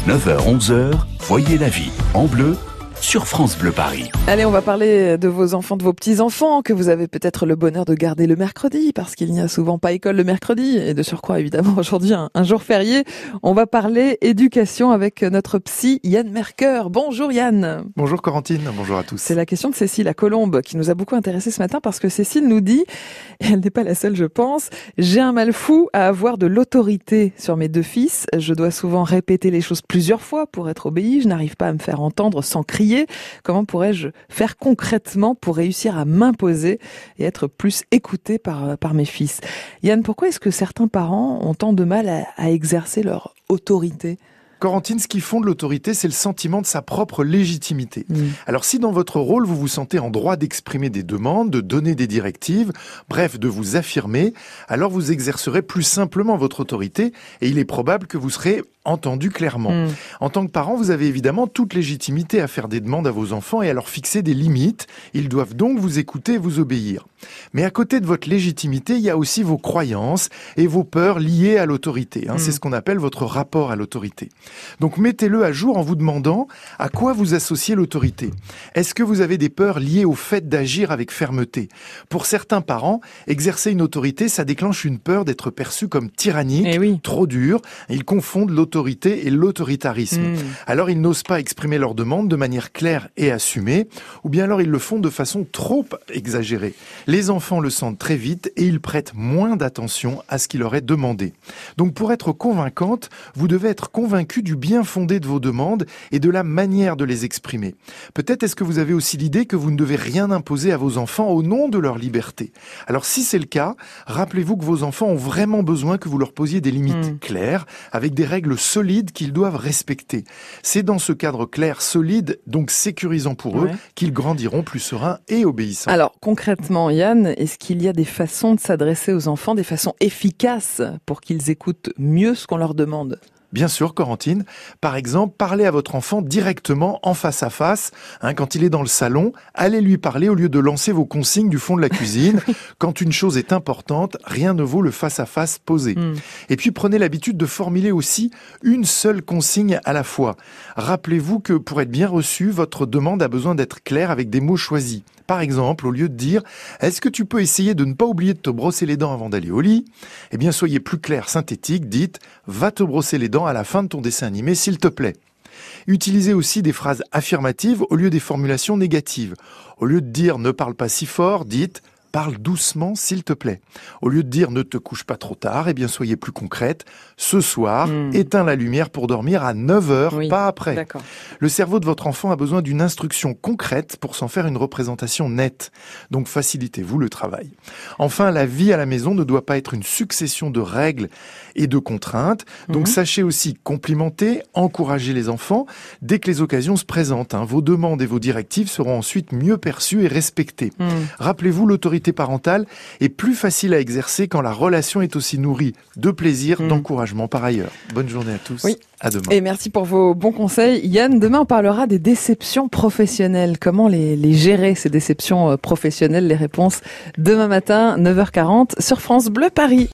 9h-11h, voyez la vie en bleu sur France Bleu Paris. Allez, on va parler de vos enfants, de vos petits-enfants que vous avez peut-être le bonheur de garder le mercredi parce qu'il n'y a souvent pas école le mercredi et de surcroît évidemment aujourd'hui un jour férié. On va parler éducation avec notre psy Yann Mercœur. Bonjour Yann. Bonjour Corentine, bonjour à tous. C'est la question de Cécile à Colombes qui nous a beaucoup intéressé ce matin parce que Cécile nous dit, et elle n'est pas la seule je pense, j'ai un mal fou à avoir de l'autorité sur mes deux fils. Je dois souvent répéter les choses plusieurs fois pour être obéie. Je n'arrive pas à me faire entendre sans crier. Comment pourrais-je faire concrètement pour réussir à m'imposer et être plus écoutée par mes fils? Yann, pourquoi est-ce que certains parents ont tant de mal à exercer leur autorité? Corentine, ce qui fonde l'autorité, c'est le sentiment de sa propre légitimité. Alors si dans votre rôle, vous vous sentez en droit d'exprimer des demandes, de donner des directives, bref, de vous affirmer, alors vous exercerez plus simplement votre autorité et il est probable que vous serez entendu clairement. En tant que parent, vous avez évidemment toute légitimité à faire des demandes à vos enfants et à leur fixer des limites. Ils doivent donc vous écouter et vous obéir. Mais à côté de votre légitimité, il y a aussi vos croyances et vos peurs liées à l'autorité. C'est ce qu'on appelle votre rapport à l'autorité. Donc mettez-le à jour en vous demandant à quoi vous associez l'autorité. Est-ce que vous avez des peurs liées au fait d'agir avec fermeté? Pour certains parents, exercer une autorité, ça déclenche une peur d'être perçu comme tyrannique, trop dur. Ils confondent l'autorité et l'autoritarisme. Alors ils n'osent pas exprimer leurs demandes de manière claire et assumée, ou bien alors ils le font de façon trop exagérée. Les enfants le sentent très vite et ils prêtent moins d'attention à ce qu'il leur est demandé. Donc pour être convaincante, vous devez être convaincu du bien fondé de vos demandes et de la manière de les exprimer. Peut-être est-ce que vous avez aussi l'idée que vous ne devez rien imposer à vos enfants au nom de leur liberté. Alors si c'est le cas, rappelez-vous que vos enfants ont vraiment besoin que vous leur posiez des limites claires, avec des règles solides qu'ils doivent respecter. C'est dans ce cadre clair, solide, donc sécurisant pour eux, qu'ils grandiront plus sereins et obéissants. Alors concrètement, Yann, est-ce qu'il y a des façons de s'adresser aux enfants, des façons efficaces pour qu'ils écoutent mieux ce qu'on leur demande ? Bien sûr, Corentine. Par exemple, parlez à votre enfant directement en face à face. Quand il est dans le salon, allez lui parler au lieu de lancer vos consignes du fond de la cuisine. Quand une chose est importante, rien ne vaut le face à face posé. Et puis prenez l'habitude de formuler aussi une seule consigne à la fois. Rappelez-vous que pour être bien reçu, votre demande a besoin d'être claire avec des mots choisis. Par exemple, au lieu de dire « Est-ce que tu peux essayer de ne pas oublier de te brosser les dents avant d'aller au lit ?» Eh bien, soyez plus clair, synthétique, dites « Va te brosser les dents à la fin de ton dessin animé, s'il te plaît. » Utilisez aussi des phrases affirmatives au lieu des formulations négatives. Au lieu de dire « Ne parle pas si fort », dites « Parle doucement, s'il te plaît. » Au lieu de dire « Ne te couche pas trop tard », eh bien, soyez plus concrète. Ce soir, éteins la lumière pour dormir à 9h, pas après. D'accord. Le cerveau de votre enfant a besoin d'une instruction concrète pour s'en faire une représentation nette. Donc, facilitez-vous le travail. Enfin, la vie à la maison ne doit pas être une succession de règles et de contraintes. Donc, sachez aussi complimenter, encourager les enfants dès que les occasions se présentent. Vos demandes et vos directives seront ensuite mieux perçues et respectées. Rappelez-vous, l'autorité parentale est plus facile à exercer quand la relation est aussi nourrie de plaisir, d'encouragement par ailleurs. Bonne journée à tous. À demain. Et merci pour vos bons conseils. Yann, demain on parlera des déceptions professionnelles. Comment les gérer, ces déceptions professionnelles? Les réponses demain matin, 9h40 sur France Bleu Paris.